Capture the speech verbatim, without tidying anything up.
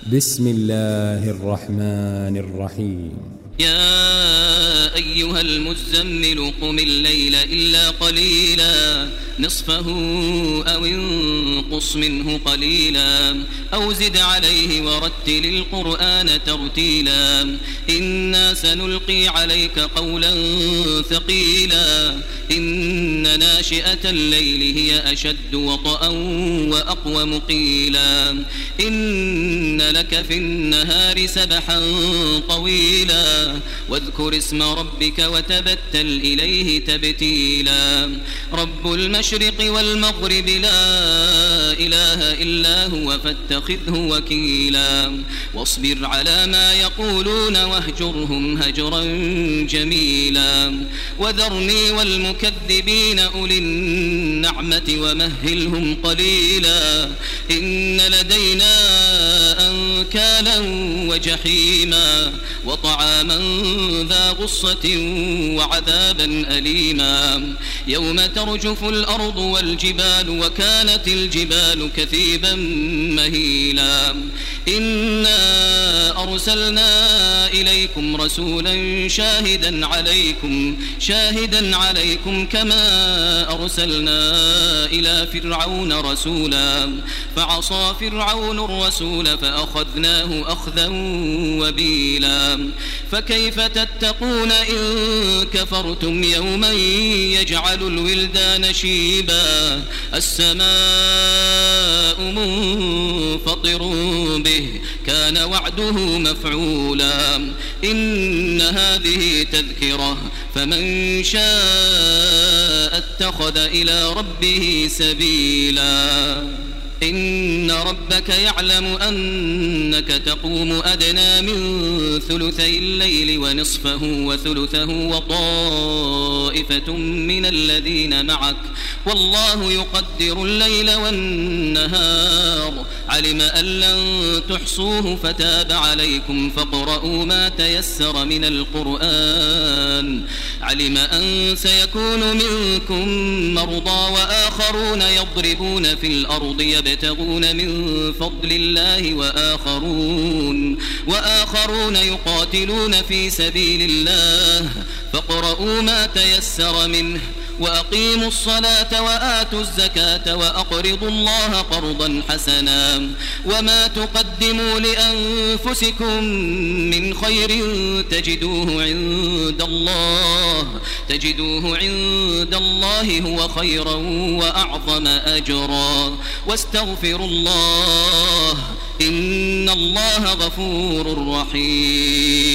بسم الله الرحمن الرحيم. يا أيها المزمل قم الليل إلا قليلا نصفه أو انقص منه قليلا أو زد عليه ورتل القرآن ترتيلا إنا سنلقي عليك قولا ثقيلا إن ناشئة الليل هي أشد وطئا وأقوم قيلا إن لك في النهار سبحا طويلا واذكر اسم ربك وتبتل إليه تبتيلا رب المشرق والمغرب لا إله إلا هو فاتخذه وكيلا واصبر على ما يقولون واهجرهم هجرا جميلا وذرني والمكذبين أولي النعمة ومهلهم قليلا إن لدينا أنكالا وجحيما وطعاما ذا غصة وعذابا أليما يوم ترجف الأرض والجبال وكانت الجبال كثيبا مهيلا إنا أرسلنا إليكم رسولا شاهدا عليكم شاهدا عليكم كما أرسلنا إلى فرعون رسولا فعصى فرعون الرسول فأخذناه أخذا وبيلا فكيف تتقون إن كفرتم يوما يجعل الولدان شيبا السماء منفطر به كان وعده مفعولا إن هذه تذكرة فمن شاء اتخذ إلى ربه سبيلا إن ربك يعلم أنك تقوم أدنى من ثلثي الليل ونصفه وثلثه وطائفة من الذين معك والله يقدر الليل والنهار علم أن لن تحصوه فتاب عليكم فاقرؤوا ما تيسر من القرآن علم أن سيكون منكم مرضى وآخرون يضربون في الأرض يبتغون من فضل الله وآخرون, وآخرون يقاتلون في سبيل الله فاقرؤوا ما تيسر منه وأقيموا الصلاة وآتوا الزكاة وأقرضوا الله قرضا حسنا وما تقدموا لأنفسكم من خير تجدوه عند الله تجدوه عند الله هو خيرا وأعظم أجرا واستغفروا الله إن الله غفور رحيم.